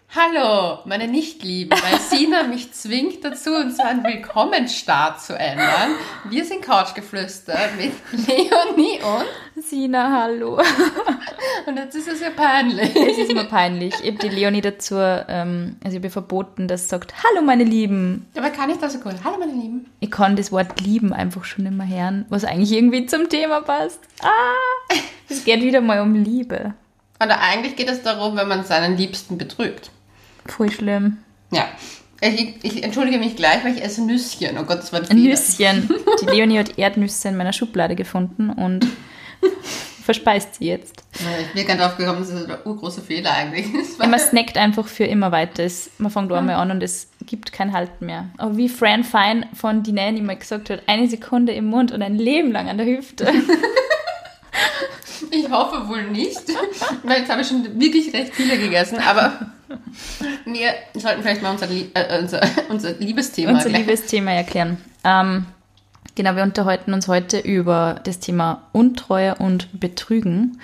Hallo, meine Nichtlieben, weil Sina mich zwingt dazu, unseren Willkommensstart zu ändern. Wir sind Couchgeflüster mit Leonie und Sina, hallo. Und jetzt ist es ja peinlich. Es ist mir peinlich. Ich habe die Leonie dazu, also ich habe ihr verboten, dass sie sagt, hallo meine Lieben. Aber kann ich das so cool? Hallo meine Lieben. Ich kann das Wort lieben einfach schon nicht mehr hören, was eigentlich irgendwie zum Thema passt. Es geht wieder mal um Liebe. Oder eigentlich geht es darum, wenn man seinen Liebsten betrügt. Voll schlimm. Ja. Ich entschuldige mich gleich, weil ich esse Nüsschen. Oh Gott, das war ein Fehler. Nüsschen. Die Leonie hat Erdnüsse in meiner Schublade gefunden und verspeist sie jetzt. Ich bin ganz drauf gekommen, das ist ein urgroßer Fehler eigentlich. Man snackt einfach für immer weiter. Man fängt einmal an und es gibt kein Halten mehr. Aber wie Fran Fine von Die Nanny mal gesagt hat, 1 Sekunde im Mund und ein Leben lang an der Hüfte. Ich hoffe wohl nicht, weil jetzt habe ich schon wirklich recht viele gegessen, aber wir sollten vielleicht mal unser Liebesthema erklären. Genau, wir unterhalten uns heute über das Thema Untreue und Betrügen.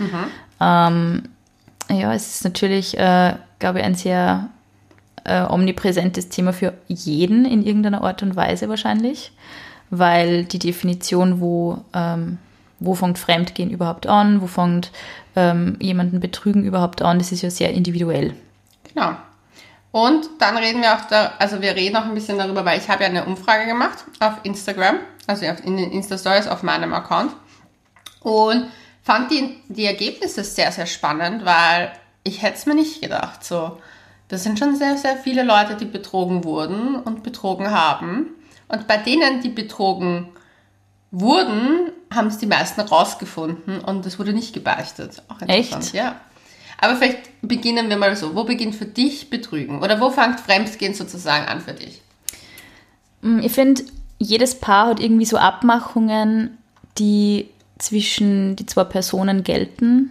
Ja, es ist natürlich, glaube ich, ein sehr omnipräsentes Thema für jeden in irgendeiner Art und Weise wahrscheinlich, weil die Definition, wo fängt Fremdgehen überhaupt an, wo fängt jemanden Betrügen überhaupt an, das ist ja sehr individuell. Genau. Und dann reden wir auch wir reden auch ein bisschen darüber, weil ich habe ja eine Umfrage gemacht auf Instagram, also in den Insta-Stories auf meinem Account und fand die Ergebnisse sehr, sehr spannend, weil ich hätte es mir nicht gedacht. So, das sind schon sehr, sehr viele Leute, die betrogen wurden und betrogen haben. Und bei denen, die betrogen wurden, haben es die meisten rausgefunden und es wurde nicht gebeichtet. Auch interessant. Echt? Ja. Aber vielleicht beginnen wir mal so. Wo beginnt für dich Betrügen? Oder wo fängt Fremdgehen sozusagen an für dich? Ich finde, jedes Paar hat irgendwie so Abmachungen, die zwischen die zwei Personen gelten.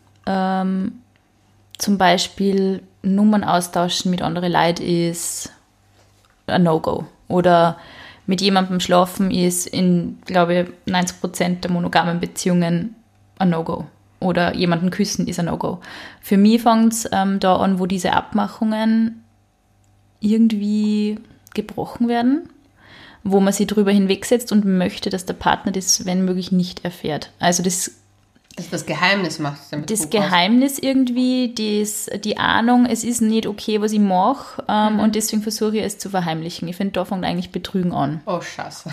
Zum Beispiel Nummern austauschen mit anderen Leuten ist ein No-Go. Oder mit jemandem schlafen ist in, glaube ich, 90% der monogamen Beziehungen ein No-Go. Oder jemanden küssen ist ein No-Go. Für mich fängt es da an, wo diese Abmachungen irgendwie gebrochen werden, wo man sich drüber hinwegsetzt und möchte, dass der Partner das, wenn möglich, nicht erfährt. Also das Geheimnis macht. Das Geheimnis irgendwie, die Ahnung, es ist nicht okay, was ich mache und deswegen versuche ich es zu verheimlichen. Ich finde, da fängt eigentlich Betrügen an. Oh, scheiße.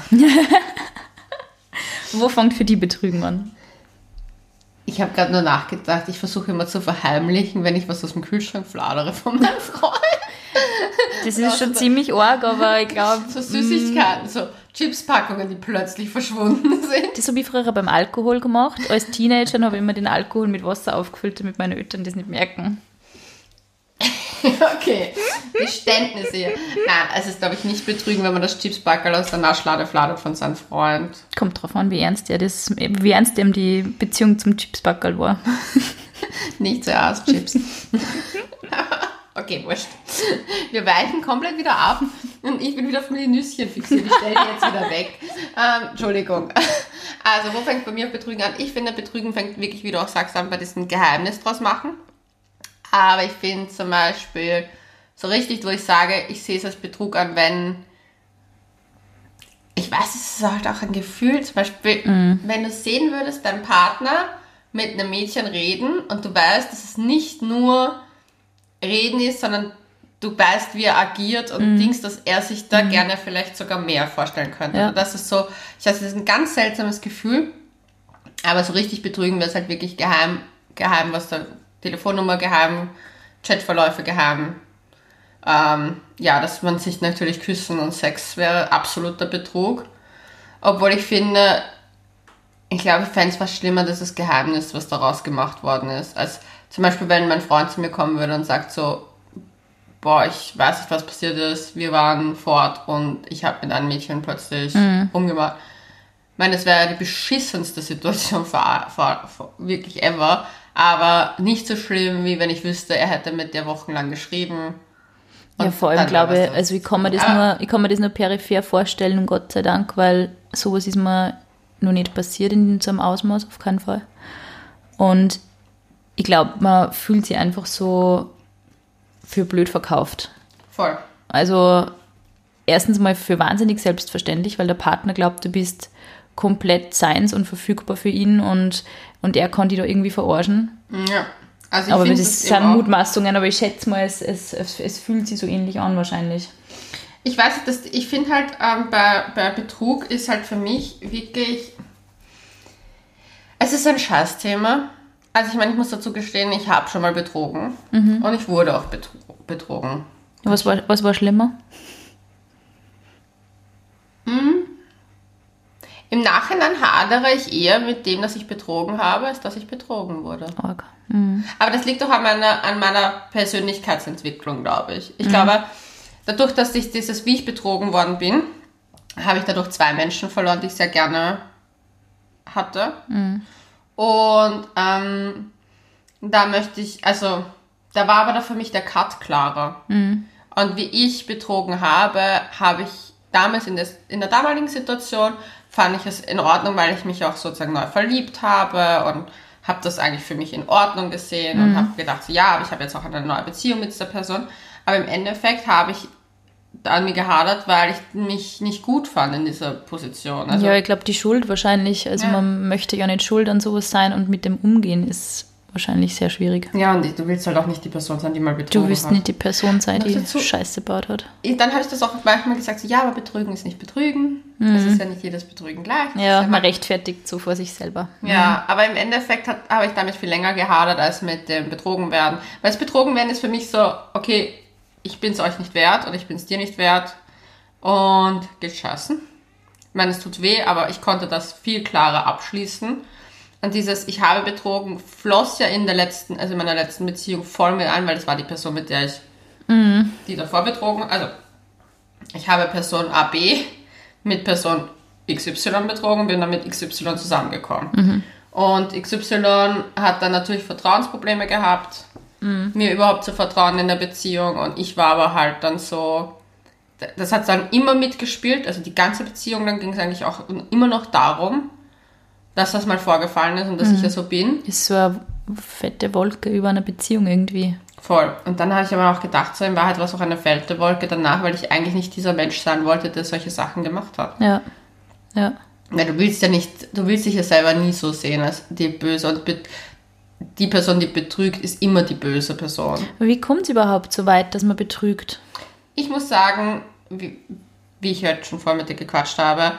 Wo fängt für die Betrügen an? Ich habe gerade nur nachgedacht, ich versuche immer zu verheimlichen, wenn ich was aus dem Kühlschrank fladere von meinem Freund. Das ist schon ziemlich arg, aber ich glaube... So Süßigkeiten, so Chipspackungen, die plötzlich verschwunden sind. Das habe ich früher beim Alkohol gemacht. Als Teenager habe ich immer den Alkohol mit Wasser aufgefüllt, damit meine Eltern das nicht merken. Okay, Geständnis hier. Nein, es ist, glaube ich, nicht Betrügen, wenn man das Chipspackerl aus der Naschlade fladert von seinem Freund. Kommt drauf an, wie ernst ihm die Beziehung zum Chipspackerl war. Nicht zuerst Chips. Okay, wurscht. Wir weichen komplett wieder ab und ich bin wieder auf meine Nüsschen fixiert. Ich stelle die jetzt wieder weg. Entschuldigung. Also, wo fängt bei mir Betrügen an? Ich finde, Betrügen fängt wirklich, wie du auch sagst, an bei diesem Geheimnis draus machen. Aber ich finde zum Beispiel so richtig, wo ich sage, ich sehe es als Betrug an, wenn, ich weiß, es ist halt auch ein Gefühl, zum Beispiel, wenn du sehen würdest, dein Partner mit einem Mädchen reden und du weißt, dass es nicht nur Reden ist, sondern du weißt, wie er agiert und denkst, dass er sich da gerne vielleicht sogar mehr vorstellen könnte. Ja. Das ist so, ich weiß, das ist ein ganz seltsames Gefühl, aber so richtig betrügen wir es halt wirklich geheim, was da Telefonnummer geheim, Chatverläufe geheim. Dass man sich natürlich küssen und Sex wäre absoluter Betrug. Obwohl ich finde, ich glaube, ich fände es fast schlimmer, dass das Geheimnis, was daraus gemacht worden ist. Als zum Beispiel, wenn mein Freund zu mir kommen würde und sagt so, boah, ich weiß nicht, was passiert ist, wir waren fort und ich habe mit einem Mädchen plötzlich rumgemacht. Ich meine, das wäre die beschissenste Situation wirklich ever. Aber nicht so schlimm, wie wenn ich wüsste, er hätte mit der wochenlang geschrieben. Ja, vor allem glaube ich, also ich kann mir das nur peripher vorstellen, und Gott sei Dank, weil sowas ist mir noch nicht passiert in so einem Ausmaß, auf keinen Fall. Und ich glaube, man fühlt sich einfach so für blöd verkauft. Voll. Also erstens mal für wahnsinnig selbstverständlich, weil der Partner glaubt, du bist komplett seins und verfügbar für ihn und er kann dich da irgendwie verarschen. Ja. Also aber das sind Mutmaßungen, aber ich schätze mal, es fühlt sich so ähnlich an wahrscheinlich. Ich weiß nicht, ich finde halt, bei Betrug ist halt für mich wirklich, es ist ein Scheißthema. Also ich meine, ich muss dazu gestehen, ich habe schon mal betrogen und ich wurde auch betrogen. Was war schlimmer? Im Nachhinein hadere ich eher mit dem, dass ich betrogen habe, als dass ich betrogen wurde. Okay. Mhm. Aber das liegt doch an meiner Persönlichkeitsentwicklung, glaube ich. Ich glaube, dadurch, dass wie ich betrogen worden bin, habe ich dadurch 2 Menschen verloren, die ich sehr gerne hatte. Und da war aber für mich der Cut klarer. Und wie ich betrogen habe ich damals in der damaligen Situation, fand ich es in Ordnung, weil ich mich auch sozusagen neu verliebt habe und habe das eigentlich für mich in Ordnung gesehen und habe gedacht, so, ja, aber ich habe jetzt auch eine neue Beziehung mit dieser Person. Aber im Endeffekt habe ich an mir gehadert, weil ich mich nicht gut fand in dieser Position. Also, ja, ich glaube, die Schuld wahrscheinlich, also man möchte ja nicht schuld an sowas sein und mit dem Umgehen ist wahrscheinlich sehr schwierig. Ja, und du willst halt auch nicht die Person sein, die mal betrogen hat. Du willst nicht die Person sein, die Scheiße gebaut hat. Dann habe ich das auch manchmal gesagt, so, ja, aber Betrügen ist nicht Betrügen. Es ist ja nicht jedes Betrügen gleich. Ja, man rechtfertigt so vor sich selber. Ja, aber im Endeffekt habe ich damit viel länger gehadert als mit dem Betrogenwerden. Weil das Betrogenwerden ist für mich so, okay, ich bin es euch nicht wert oder ich bin es dir nicht wert und geschossen. Ich meine, es tut weh, aber ich konnte das viel klarer abschließen. Und dieses Ich habe betrogen floss ja in meiner letzten Beziehung voll mit ein, weil das war die Person, mit der ich die davor betrogen. Also ich habe Person A, B mit Person XY betrogen, bin dann mit XY zusammengekommen. Und XY hat dann natürlich Vertrauensprobleme gehabt, mir überhaupt zu vertrauen in der Beziehung. Und ich war aber halt dann so, das hat dann immer mitgespielt, also die ganze Beziehung, dann ging es eigentlich auch immer noch darum, dass das mal vorgefallen ist und dass ich ja so bin. Ist so eine fette Wolke über eine Beziehung irgendwie. Voll. Und dann habe ich aber auch gedacht, so in Wahrheit war es auch eine fette Wolke danach, weil ich eigentlich nicht dieser Mensch sein wollte, der solche Sachen gemacht hat. Ja. Ja. Weil du willst dich ja selber nie so sehen als die Böse. Und die Person, die betrügt, ist immer die böse Person. Aber wie kommt es überhaupt so weit, dass man betrügt? Ich muss sagen, wie ich heute schon vorher mit dir gequatscht habe,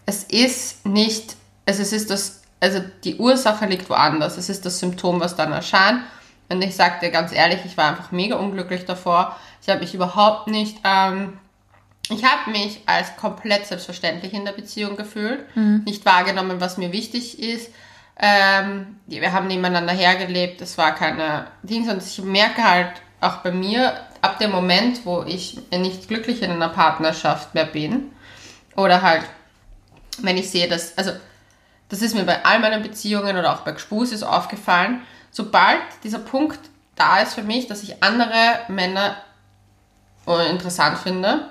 die Ursache liegt woanders. Es ist das Symptom, was dann erscheint. Und ich sage dir ganz ehrlich, ich war einfach mega unglücklich davor. Ich habe mich überhaupt nicht, ich habe mich als komplett selbstverständlich in der Beziehung gefühlt. Nicht wahrgenommen, was mir wichtig ist. Wir haben nebeneinander hergelebt. Es war keine Dings. Und ich merke halt auch bei mir, ab dem Moment, wo ich nicht glücklich in einer Partnerschaft mehr bin, oder halt, wenn ich sehe, dass, also das ist mir bei all meinen Beziehungen oder auch bei Gespus ist aufgefallen, sobald dieser Punkt da ist für mich, dass ich andere Männer interessant finde,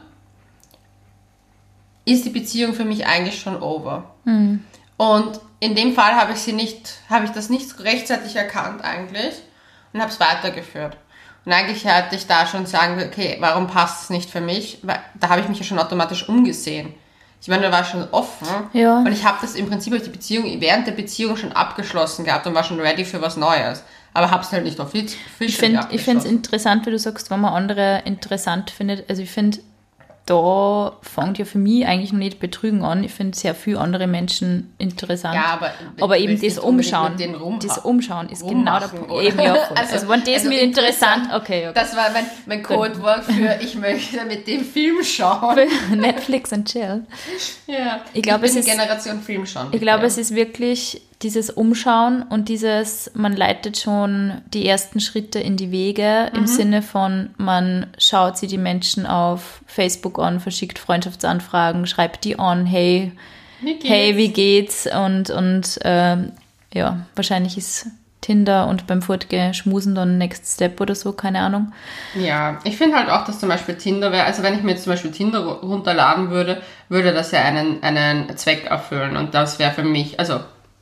ist die Beziehung für mich eigentlich schon over. Und in dem Fall habe ich das nicht rechtzeitig erkannt eigentlich und habe es weitergeführt. Und eigentlich hätte ich da schon sagen, okay, warum passt es nicht für mich? Weil da habe ich mich ja schon automatisch umgesehen. Ich meine, da war schon offen. Ja. Und ich habe das im Prinzip während der Beziehung schon abgeschlossen gehabt und war schon ready für was Neues. Aber habe es halt nicht offiziell abgeschlossen. Ich finde es interessant, wie du sagst, wenn man andere interessant findet. Also ich finde, da fängt ja für mich eigentlich noch nicht Betrügen an. Ich finde sehr viele andere Menschen interessant. Ja, aber eben das Umschauen. Das Umschauen ist genau der Punkt. Eben, ja, also wenn das mir interessant, okay. Das war mein Codewort für ich möchte mit dem Film schauen. Netflix and chill. Ja, ich bin Generation Film schauen. Ich glaube, es ist wirklich dieses Umschauen und man leitet schon die ersten Schritte in die Wege im Sinne von, man schaut sich die Menschen auf Facebook an, verschickt Freundschaftsanfragen, schreibt die an, hey, wie geht's? Und ja, wahrscheinlich ist Tinder und beim Fortgehen schmusen dann Next Step oder so, keine Ahnung. Ja, ich finde halt auch, dass zum Beispiel Tinder wäre, also wenn ich mir jetzt zum Beispiel Tinder runterladen würde das ja einen Zweck erfüllen und das wäre für mich, also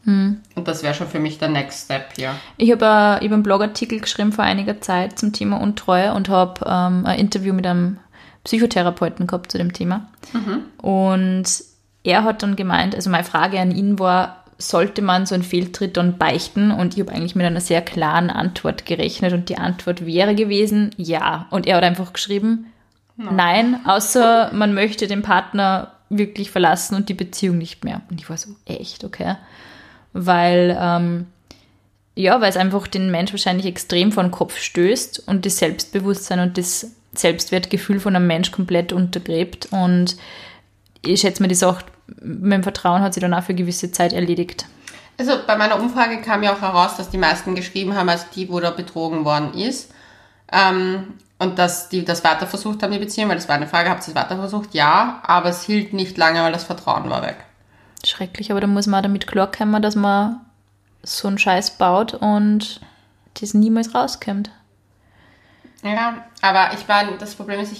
Und das wäre schon für mich der Next Step hier. Ich habe einen Blogartikel geschrieben vor einiger Zeit zum Thema Untreue und habe ein Interview mit einem Psychotherapeuten gehabt zu dem Thema. Und er hat dann gemeint, also meine Frage an ihn war, sollte man so einen Fehltritt dann beichten? Und ich habe eigentlich mit einer sehr klaren Antwort gerechnet und die Antwort wäre gewesen, ja. Und er hat einfach geschrieben, nein, außer man möchte den Partner wirklich verlassen und die Beziehung nicht mehr. Und ich war so, echt, okay. Weil es einfach den Mensch wahrscheinlich extrem vor den Kopf stößt und das Selbstbewusstsein und das Selbstwertgefühl von einem Mensch komplett untergräbt. Und ich schätze mir, die Sache mit dem Vertrauen hat sich dann auch für eine gewisse Zeit erledigt. Also bei meiner Umfrage kam ja auch heraus, dass die meisten geschrieben haben, als die, wo da betrogen worden ist. Und dass die das weiter versucht haben, die Beziehung, weil das war eine Frage, habt ihr es weiter versucht? Ja, aber es hielt nicht lange, weil das Vertrauen war weg. Schrecklich, aber da muss man auch damit klarkommen, dass man so einen Scheiß baut und das niemals rauskommt. Ja, aber ich meine, das Problem ist,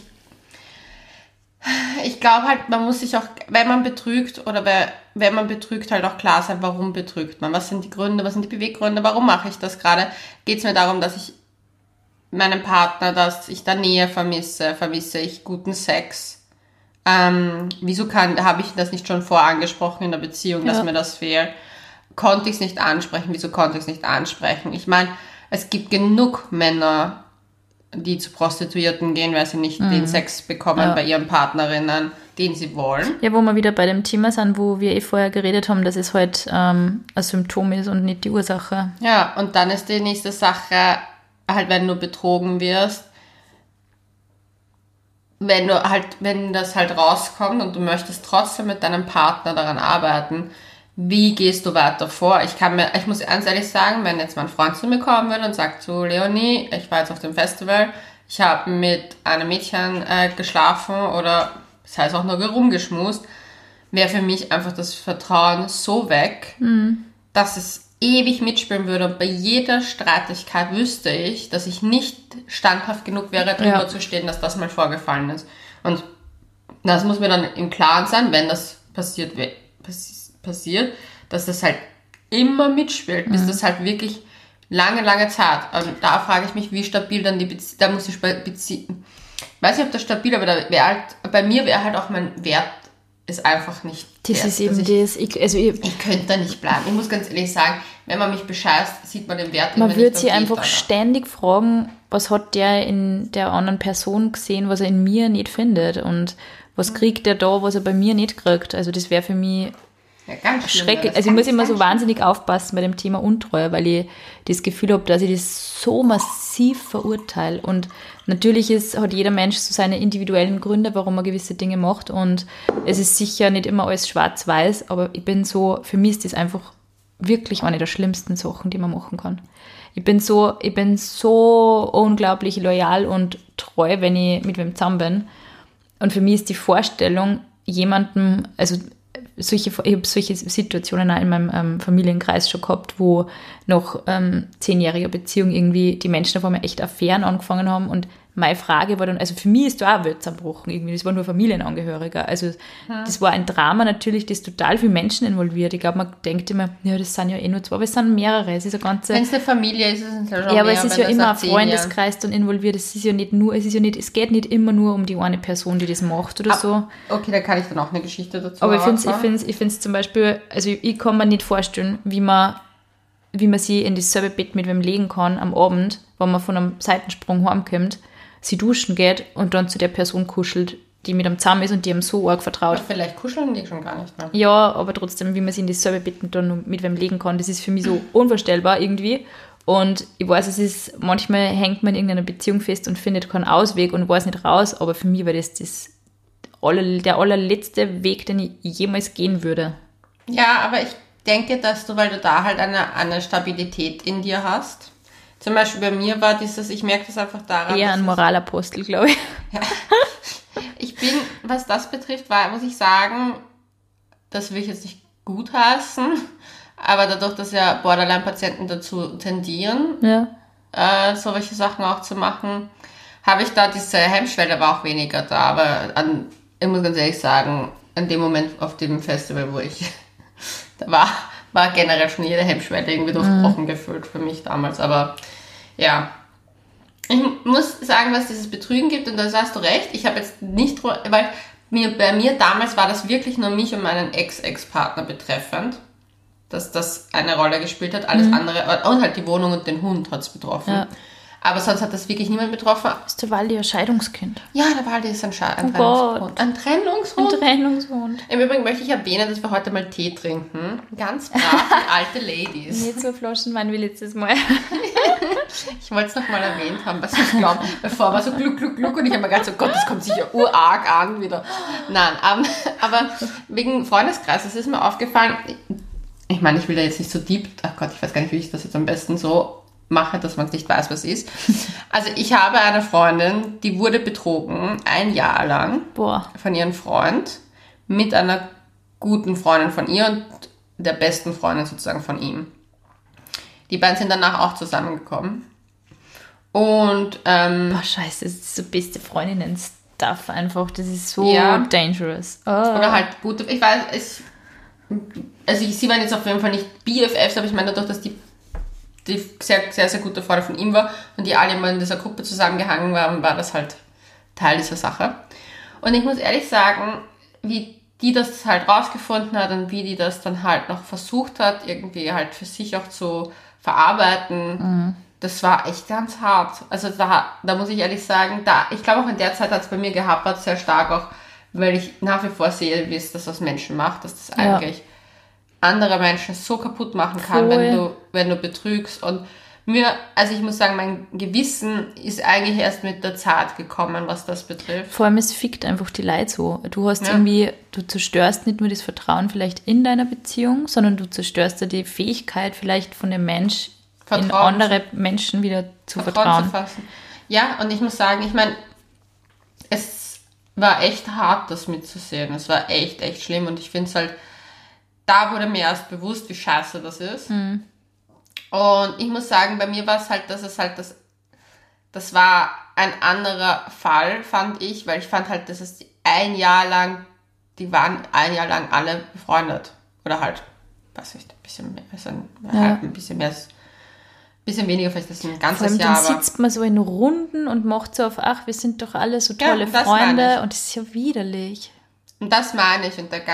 ich glaube halt, man muss sich auch, wenn man betrügt oder wenn man betrügt, halt auch klar sein, warum betrügt man. Was sind die Gründe, was sind die Beweggründe, warum mache ich das gerade? Geht es mir darum, dass ich meinen Partner, dass ich da Nähe vermisse ich guten Sex? Wieso habe ich das nicht schon vorangesprochen in der Beziehung, dass mir das fehlt? Konnte ich es nicht ansprechen? Wieso konnte ich es nicht ansprechen? Ich meine, es gibt genug Männer, die zu Prostituierten gehen, weil sie nicht den Sex bekommen bei ihren Partnerinnen, den sie wollen. Ja, wo wir wieder bei dem Thema sind, wo wir vorher geredet haben, dass es halt ein Symptom ist und nicht die Ursache. Ja, und dann ist die nächste Sache, halt wenn du betrogen wirst, wenn das halt rauskommt und du möchtest trotzdem mit deinem Partner daran arbeiten, wie gehst du weiter vor? Ich muss ganz ehrlich sagen, wenn jetzt mein Freund zu mir kommen würde und sagt so, Leonie, ich war jetzt auf dem Festival, ich habe mit einem Mädchen geschlafen oder das heißt auch nur rumgeschmust, wäre für mich einfach das Vertrauen so weg, dass es ewig mitspielen würde. Und bei jeder Streitigkeit wüsste ich, dass ich nicht standhaft genug wäre, darüber zu stehen, dass das mal vorgefallen ist. Und das muss mir dann im Klaren sein, wenn das passiert, dass das halt immer mitspielt, bis das halt wirklich lange, lange Zeit. Und da frage ich mich, wie stabil dann die Beziehung, da muss ich weiß nicht, ob das stabil, aber da wäre halt, bei mir wäre halt auch mein Wert ist einfach nicht. Das ist eben das. Ich könnte da nicht bleiben. Ich muss ganz ehrlich sagen, wenn man mich bescheißt, sieht man den Wert immer nicht. Man würde sich einfach ständig fragen, was hat der in der anderen Person gesehen, was er in mir nicht findet und was kriegt er da, was er bei mir nicht kriegt. Also das wäre für mich ganz schrecklich. Also ich muss immer so wahnsinnig aufpassen bei dem Thema Untreue, weil ich das Gefühl habe, dass ich das so massiv verurteile. Und natürlich hat jeder Mensch so seine individuellen Gründe, warum er gewisse Dinge macht. Und es ist sicher nicht immer alles schwarz-weiß, aber für mich ist das einfach wirklich eine der schlimmsten Sachen, die man machen kann. Ich bin so unglaublich loyal und treu, wenn ich mit wem zusammen bin. Und für mich ist die Vorstellung, jemandem, also ich habe solche Situationen auch in meinem Familienkreis schon gehabt, wo nach 10-jähriger Beziehung irgendwie die Menschen auf einmal echt Affären angefangen haben und meine Frage war dann, also für mich ist da auch Welt zerbrochen irgendwie, das war nur Familienangehöriger, also das war ein Drama natürlich, das total viele Menschen involviert. Ich glaube, man denkt immer, ja, das sind ja eh nur 2, aber es sind mehrere, es ist eine ganze... Wenn es eine Familie ist, ist es ja schon ja, aber es ist ja immer ein Freundeskreis dann involviert, es geht nicht immer nur um die eine Person, die das macht oder so. Okay, da kann ich dann auch eine Geschichte dazu aber ich finde es zum Beispiel, also ich kann mir nicht vorstellen, wie man sie in dasselbe Bett mit wem legen kann am Abend, wenn man von einem Seitensprung heimkommt, sie duschen geht und dann zu der Person kuschelt, die mit einem zusammen ist und die ihm so arg vertraut. Ja, vielleicht kuscheln die schon gar nicht mehr. Ja, aber trotzdem, wie man sie in dasselbe Bett mit wem legen kann, das ist für mich so unvorstellbar irgendwie. Und ich weiß, manchmal hängt man in irgendeiner Beziehung fest und findet keinen Ausweg und weiß nicht raus, aber für mich war das der allerletzte Weg, den ich jemals gehen würde. Ja, aber ich denke, weil du da halt eine Stabilität in dir hast. Zum Beispiel bei mir war ich merke das einfach daran. Eher ein Moralapostel, glaube ich. Ja. Ich bin, was das betrifft, muss ich sagen, das will ich jetzt nicht gutheißen, aber dadurch, dass ja Borderline-Patienten dazu tendieren, solche Sachen auch zu machen, habe ich da diese Hemmschwelle war auch weniger da. Aber ich muss ganz ehrlich sagen, an dem Moment auf dem Festival, wo ich da war, war generell schon jede Hemmschwelle irgendwie durchbrochen gefühlt für mich damals. Aber ja, ich muss sagen, was dieses Betrügen gibt, und da hast du recht, ich habe jetzt nicht, weil bei mir damals war das wirklich nur mich und meinen Ex-Partner betreffend, dass das eine Rolle gespielt hat, alles andere, und halt die Wohnung und den Hund hat es betroffen. Ja. Aber sonst hat das wirklich niemand betroffen. Ist der Waldi ein Scheidungskind? Ja, der Waldi ist ein Trennungshund. Gott. Ein Trennungshund? Ein Trennungshund. Im Übrigen möchte ich erwähnen, dass wir heute mal Tee trinken. Ganz brav, wie alte Ladies. Nicht so Flaschenwein wie letztes Mal. Ich wollte es nochmal erwähnt haben, was ich glaube. Bevor war so gluck, gluck, gluck, und ich habe mir gedacht, so Gott, das kommt sicher urarg an wieder. Nein, aber wegen Freundeskreis, das ist mir aufgefallen. Ich meine, ich will da jetzt nicht so deep, ach Gott, ich weiß gar nicht, wie ich das jetzt am besten so mache, dass man nicht weiß, was ist. Also ich habe eine Freundin, die wurde betrogen, 1 Jahr lang. Boah. Von ihrem Freund mit einer guten Freundin von ihr und der besten Freundin sozusagen von ihm. Die beiden sind danach auch zusammengekommen. Und Boah, scheiße, das ist so beste Freundinnen-Stuff einfach. Das ist so dangerous. Oh. Oder halt gute, ich weiß, sie waren jetzt auf jeden Fall nicht BFFs, aber ich meine dadurch, dass die sehr, sehr, sehr gute Freunde von ihm war und die alle immer in dieser Gruppe zusammengehangen waren, war das halt Teil dieser Sache. Und ich muss ehrlich sagen, wie die das halt rausgefunden hat und wie die das dann halt noch versucht hat, irgendwie halt für sich auch zu verarbeiten, das war echt ganz hart. Also da muss ich ehrlich sagen, ich glaube auch in der Zeit hat es bei mir gehapert, sehr stark auch, weil ich nach wie vor sehe, wie es das aus Menschen macht, dass das eigentlich andere Menschen so kaputt machen kann, wenn du betrügst. Und ich muss sagen, mein Gewissen ist eigentlich erst mit der Zeit gekommen, was das betrifft. Vor allem, es fickt einfach die Leute so. Du hast irgendwie, du zerstörst nicht nur das Vertrauen vielleicht in deiner Beziehung, sondern du zerstörst ja die Fähigkeit vielleicht von dem Mensch, in andere Menschen wieder zu vertrauen. Zu fassen. Ja, und ich muss sagen, ich meine, es war echt hart, das mitzusehen. Es war echt, echt schlimm, und ich finde es halt, da wurde mir erst bewusst, wie scheiße das ist. Und ich muss sagen, bei mir war es halt, das war ein anderer Fall, fand ich, weil ich fand halt, dass es die waren 1 Jahr lang alle befreundet. Oder halt, weiß ich, ein bisschen mehr, ein bisschen weniger, vielleicht das ein ganzes allem, Jahr. Dann sitzt man so in Runden und macht so auf, ach, wir sind doch alle so tolle Freunde, und das ist ja widerlich. Und das meine ich, und da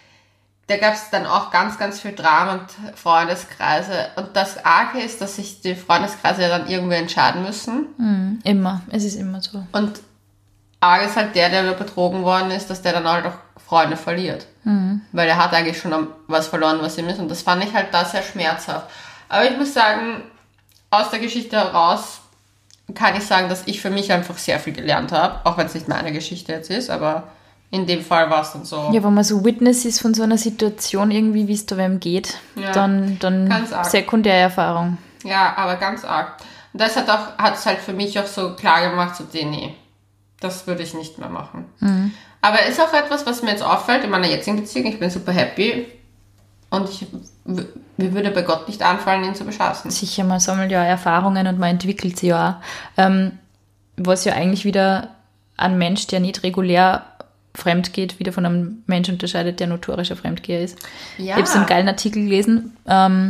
gab's dann auch ganz, ganz viel Drama und Freundeskreise. Und das Arge ist, dass sich die Freundeskreise ja dann irgendwie entscheiden müssen. Immer. Es ist immer so. Und Arge ist halt der betrogen worden ist, dass der dann halt auch Freunde verliert. Weil er hat eigentlich schon was verloren, was ihm ist. Und das fand ich halt da sehr schmerzhaft. Aber ich muss sagen, aus der Geschichte heraus kann ich sagen, dass ich für mich einfach sehr viel gelernt habe. Auch wenn es nicht meine Geschichte jetzt ist, aber in dem Fall war es dann so. Ja, wenn man so Witness ist von so einer Situation irgendwie, wie es da wem geht, dann Sekundärerfahrung. Ja, aber ganz arg. Und das hat es halt für mich auch so klar gemacht, so, nee, das würde ich nicht mehr machen. Aber ist auch etwas, was mir jetzt auffällt in meiner jetzigen Beziehung. Ich bin super happy und mir würde bei Gott nicht anfallen, ihn zu beschaßen. Sicher, man sammelt ja Erfahrungen und man entwickelt sie ja auch. Was ja eigentlich wieder ein Mensch, der nicht regulär fremd geht, wieder von einem Mensch unterscheidet, der notorischer Fremdgeher ist. Ja. Ich habe so einen geilen Artikel gelesen,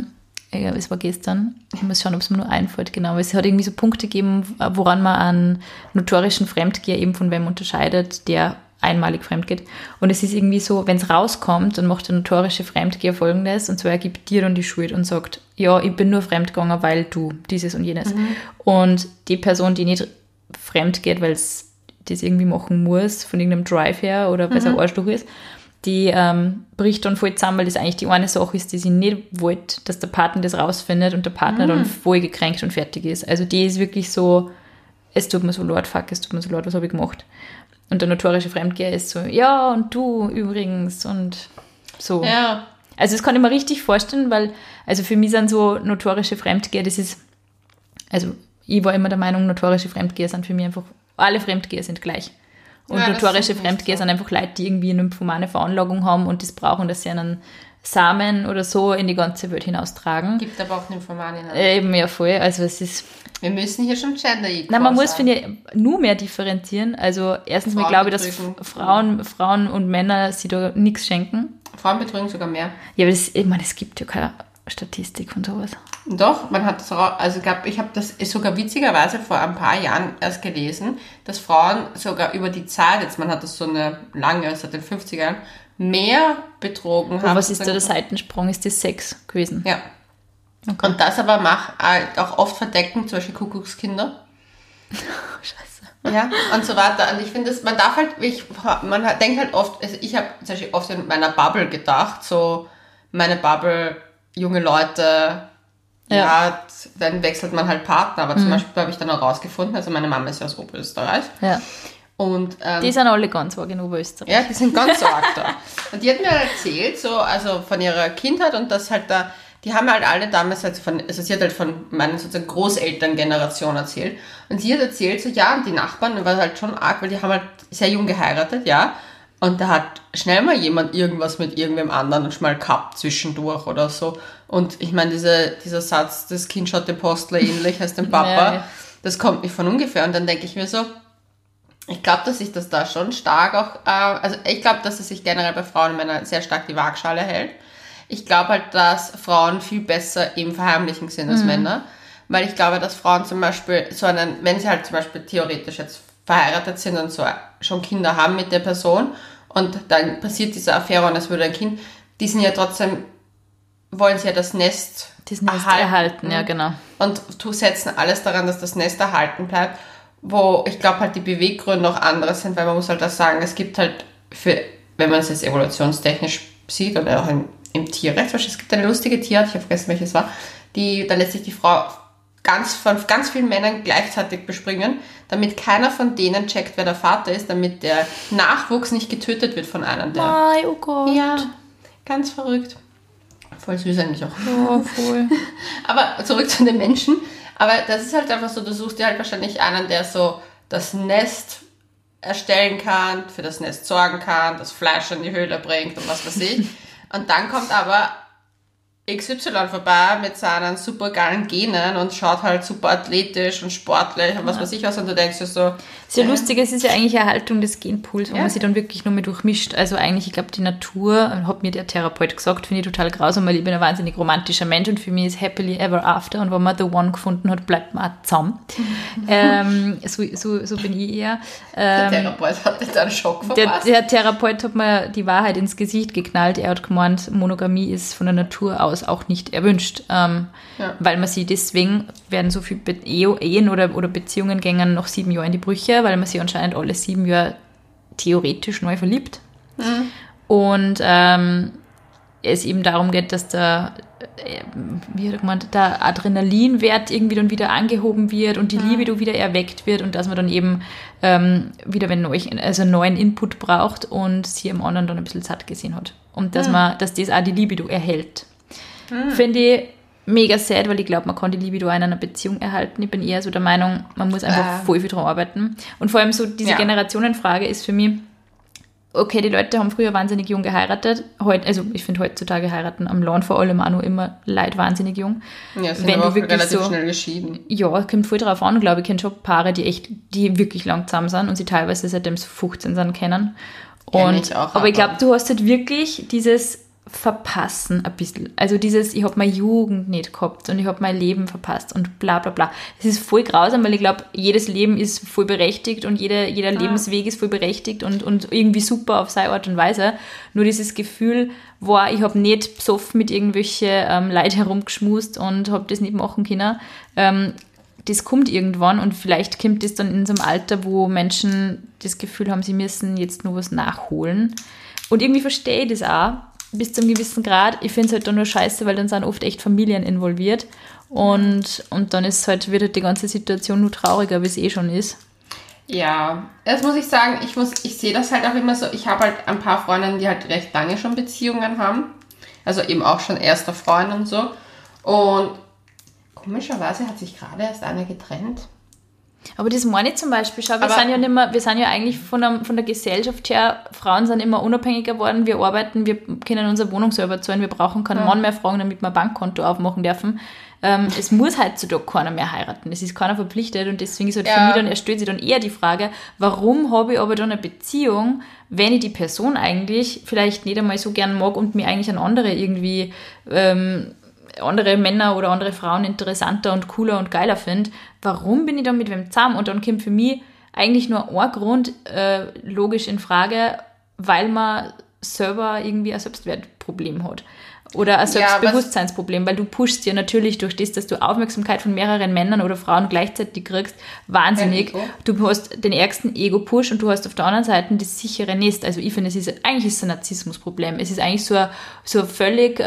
es war gestern, ich muss schauen, ob es mir nur einfällt, genau, aber es hat irgendwie so Punkte gegeben, woran man einen notorischen Fremdgeher eben von wem unterscheidet, der einmalig fremd geht. Und es ist irgendwie so, wenn es rauskommt, dann macht der notorische Fremdgeher Folgendes, und zwar er gibt dir dann die Schuld und sagt, ja, ich bin nur fremdgegangen, weil du dieses und jenes. Und die Person, die nicht fremd geht, weil es das irgendwie machen muss, von irgendeinem Drive her oder weil es ein Arschloch ist, die bricht dann voll zusammen, weil das eigentlich die eine Sache ist, die sie nicht wollte, dass der Partner das rausfindet und der Partner dann voll gekränkt und fertig ist. Also die ist wirklich so, es tut mir so leid, was habe ich gemacht? Und der notorische Fremdgeher ist so, ja, und du übrigens und so. Ja. Also das kann ich mir richtig vorstellen, weil, also für mich sind so notorische Fremdgeher, das ist, also ich war immer der Meinung, notorische Fremdgeher sind für mich einfach, alle Fremdgeher sind gleich. Und ja, notorische Fremdgeher sind einfach Leute, die irgendwie eine nymphomane Veranlagung haben und das brauchen, dass sie einen Samen oder so in die ganze Welt hinaustragen. Gibt aber auch Nymphomane. Eben, ja, voll. Also es ist... Wir müssen hier schon Gender equal. Nein, man muss, finde ich, nur mehr differenzieren. Also erstens mal glaube ich, dass Frauen und Männer sich da nichts schenken. Frauen betrügen sogar mehr. Ja, aber ich meine, es gibt ja keine Statistik von sowas. Doch, man hat das also ich habe das sogar witzigerweise vor ein paar Jahren erst gelesen, dass Frauen sogar über die Zeit, jetzt man hat das so eine lange, seit den 50ern, mehr betrogen haben. Was ist da der Seitensprung? Ist das Sex gewesen? Ja. Okay. Und das aber macht halt auch oft verdecken, zum Beispiel Kuckuckskinder. Scheiße. Ja, und so weiter. Und ich finde, man darf halt, denkt halt oft, also ich habe zum Beispiel oft in meiner Bubble gedacht, so meine Bubble, junge Leute, ja, dann wechselt man halt Partner. Aber zum Beispiel habe ich dann auch rausgefunden, also meine Mama ist ja aus Oberösterreich. Ja. Und, die sind alle ganz arg in Oberösterreich. Ja, die sind ganz arg da. Und die hat mir erzählt, so, also von ihrer Kindheit und das halt da, die haben halt alle damals, also sie hat halt von meinen sozusagen Großelterngeneration erzählt. Und sie hat erzählt, so, ja, und die Nachbarn war halt schon arg, weil die haben halt sehr jung geheiratet, ja. Und da hat schnell mal jemand irgendwas mit irgendwem anderen und schon mal gehabt zwischendurch oder so. Und ich meine, dieser Satz, das Kind schaut dem Postler ähnlich als dem Papa, ja. Das kommt nicht von ungefähr. Und dann denke ich mir so, ich glaube, dass sich das da schon stark auch, also ich glaube, dass es sich generell bei Frauen und Männern sehr stark die Waagschale hält. Ich glaube halt, dass Frauen viel besser im Verheimlichen sind als Männer, weil ich glaube, dass Frauen zum Beispiel wenn sie halt zum Beispiel theoretisch jetzt verheiratet sind und so schon Kinder haben mit der Person und dann passiert diese Affäre und es würde ein Kind, die sind ja trotzdem, wollen sie ja das Nest erhalten, ja genau. Und setzen alles daran, dass das Nest erhalten bleibt, wo ich glaube halt die Beweggründe auch andere sind, weil man muss halt das sagen, es gibt halt wenn man es jetzt evolutionstechnisch sieht oder auch im Tierrecht, es gibt eine lustige Tierart, ich habe vergessen welches war, da lässt sich die Frau von ganz vielen Männern gleichzeitig bespringen, damit keiner von denen checkt, wer der Vater ist, damit der Nachwuchs nicht getötet wird von einem der. Nein, oh Gott. Ja, ganz verrückt. Voll süß eigentlich auch. Ja, voll. Aber zurück zu den Menschen. Aber das ist halt einfach so, du suchst dir halt wahrscheinlich einen, der so das Nest erstellen kann, für das Nest sorgen kann, das Fleisch in die Höhle bringt und was weiß ich. Und dann kommt aber XY vorbei mit seinen super geilen Genen und schaut halt super athletisch und sportlich und was weiß ich was und du denkst dir so... Sehr lustig, es ist ja eigentlich eine Erhaltung des Genpools, wo man sich dann wirklich nur mehr durchmischt. Also eigentlich, ich glaube, die Natur, hat mir der Therapeut gesagt, finde ich total grausam, weil ich bin ein wahnsinnig romantischer Mensch und für mich ist happily ever after und wenn man the one gefunden hat, bleibt man auch zusammen. So bin ich eher. Der Therapeut hat jetzt einen Schock verpasst. Der Therapeut hat mir die Wahrheit ins Gesicht geknallt. Er hat gemeint, Monogamie ist von der Natur aus auch nicht erwünscht, weil man sie deswegen werden so viele Ehen oder Beziehungen gehen nach 7 Jahren in die Brüche, weil man sich anscheinend alle 7 Jahre theoretisch neu verliebt. Und es eben darum geht, dass der Adrenalinwert irgendwie dann wieder angehoben wird und die Libido wieder erweckt wird und dass man dann eben wieder einen neuen Input braucht und sie am anderen dann ein bisschen satt gesehen hat. Und dass das auch die Libido erhält. Finde ich mega sad, weil ich glaube, man kann die Libido in einer Beziehung erhalten. Ich bin eher so der Meinung, man muss einfach voll viel dran arbeiten. Und vor allem so diese Generationenfrage ist für mich, okay, die Leute haben früher wahnsinnig jung geheiratet. Also ich finde heutzutage heiraten am Land vor allem auch noch immer Leute wahnsinnig jung. Ja, sind aber auch relativ schnell geschieden. Ja, kommt voll drauf an, glaube ich. Ich kenne schon Paare, die wirklich lang zusammen sind und sie teilweise seitdem sie 15 sind kennen. Aber ich glaube, du hast halt wirklich dieses Verpassen ein bisschen. Also ich habe meine Jugend nicht gehabt und ich habe mein Leben verpasst und bla bla bla. Es ist voll grausam, weil ich glaube, jedes Leben ist voll berechtigt und jeder Lebensweg ist voll berechtigt und irgendwie super auf seine Art und Weise. Nur dieses Gefühl war, ich habe nicht besoffen mit irgendwelchen Leuten herumgeschmust und habe das nicht machen können. Das kommt irgendwann und vielleicht kommt das dann in so einem Alter, wo Menschen das Gefühl haben, sie müssen jetzt nur was nachholen. Und irgendwie verstehe ich das auch, bis zu einem gewissen Grad. Ich finde es halt dann nur scheiße, weil dann sind oft echt Familien involviert und dann wird halt die ganze Situation nur trauriger, wie es eh schon ist. Ja, das muss ich sagen, ich sehe das halt auch immer so, ich habe halt ein paar Freundinnen, die halt recht lange schon Beziehungen haben, also eben auch schon erster Freund und so und komischerweise hat sich gerade erst eine getrennt. Aber das meine ich zum Beispiel, schau, wir sind ja eigentlich von der Gesellschaft her, Frauen sind immer unabhängiger geworden, wir arbeiten, wir können unsere Wohnung selber zahlen, wir brauchen keinen Mann mehr fragen, damit wir ein Bankkonto aufmachen dürfen. Es muss heutzutage keiner mehr heiraten. Es ist keiner verpflichtet und deswegen ist halt für mich dann, stellt sich dann eher die Frage, warum habe ich aber dann eine Beziehung, wenn ich die Person eigentlich vielleicht nicht einmal so gern mag und mir eigentlich an andere irgendwie andere Männer oder andere Frauen interessanter und cooler und geiler finde, warum bin ich dann mit wem zusammen? Und dann kommt für mich eigentlich nur ein Grund logisch in Frage, weil man selber irgendwie ein Selbstwertproblem hat. Oder ein Selbstbewusstseinsproblem, weil du pushst ja natürlich durch das, dass du Aufmerksamkeit von mehreren Männern oder Frauen gleichzeitig kriegst, wahnsinnig. Du hast den ärgsten Ego-Push und du hast auf der anderen Seite das sichere Nest. Also ich finde, eigentlich ist es ein Narzissmusproblem. Es ist eigentlich so ein völlig...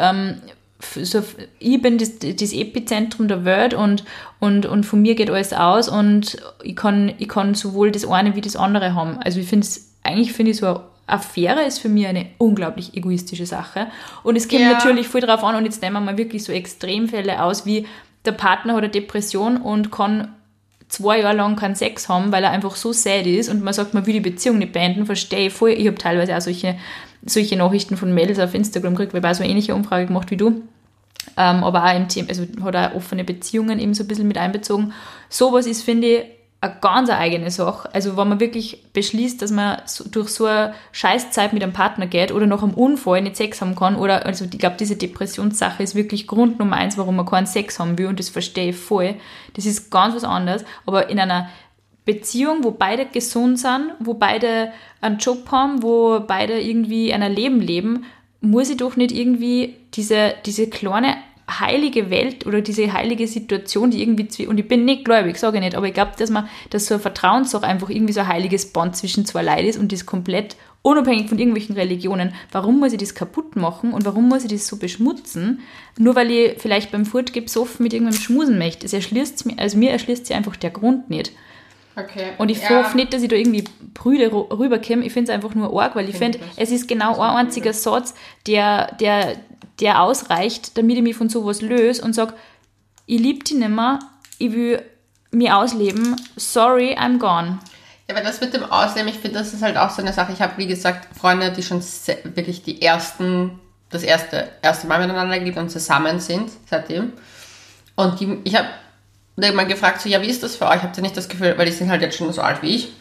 ich bin das Epizentrum der Welt und von mir geht alles aus und ich kann sowohl das eine wie das andere haben. Also finde ich so eine Affäre ist für mich eine unglaublich egoistische Sache. Und es kommt natürlich voll drauf an, und jetzt nehmen wir mal wirklich so Extremfälle aus, wie der Partner hat eine Depression und kann 2 Jahre lang keinen Sex haben, weil er einfach so sad ist und man sagt, man will die Beziehung nicht beenden, verstehe ich voll. Ich habe teilweise auch solche Nachrichten von Mädels auf Instagram gekriegt, weil ich auch so eine ähnliche Umfrage gemacht wie du. Aber auch im Thema, also hat auch offene Beziehungen eben so ein bisschen mit einbezogen. Sowas ist, finde ich, eine ganz eigene Sache. Also wenn man wirklich beschließt, dass man durch so eine Scheißzeit mit einem Partner geht oder nach einem Unfall nicht Sex haben kann, oder, also ich glaube, diese Depressionssache ist wirklich Grund Nummer 1, warum man keinen Sex haben will, und das verstehe ich voll. Das ist ganz was anderes. Aber in einer Beziehung, wo beide gesund sind, wo beide einen Job haben, wo beide irgendwie ein Leben leben, muss ich doch nicht irgendwie diese kleine heilige Welt oder diese heilige Situation, die irgendwie, und ich bin nicht gläubig, sage ich nicht, aber ich glaube, dass so eine Vertrauenssache einfach irgendwie so ein heiliges Band zwischen zwei Leuten ist und das komplett unabhängig von irgendwelchen Religionen. Warum muss ich das kaputt machen und warum muss ich das so beschmutzen? Nur weil ich vielleicht beim Fortgehen besoffen mit irgendeinem schmusen möchte. Mir erschließt sich einfach der Grund nicht. Okay. Und ich hoffe nicht, dass ich da irgendwie prüde rüberkomme. Ich finde es einfach nur arg, weil ich finde, es ist genau ein einziger Satz, der ausreicht, damit ich mich von sowas löse und sage, ich liebe dich nicht mehr, ich will mich ausleben, sorry, I'm gone. Ja, aber das mit dem Ausleben, ich finde, das ist halt auch so eine Sache. Ich habe, wie gesagt, Freunde, die schon wirklich das erste Mal miteinander geliebt und zusammen sind seitdem. Und ich habe irgendwann gefragt, so, ja, wie ist das für euch? Habt ihr nicht das Gefühl, weil die sind halt jetzt schon so alt wie ich,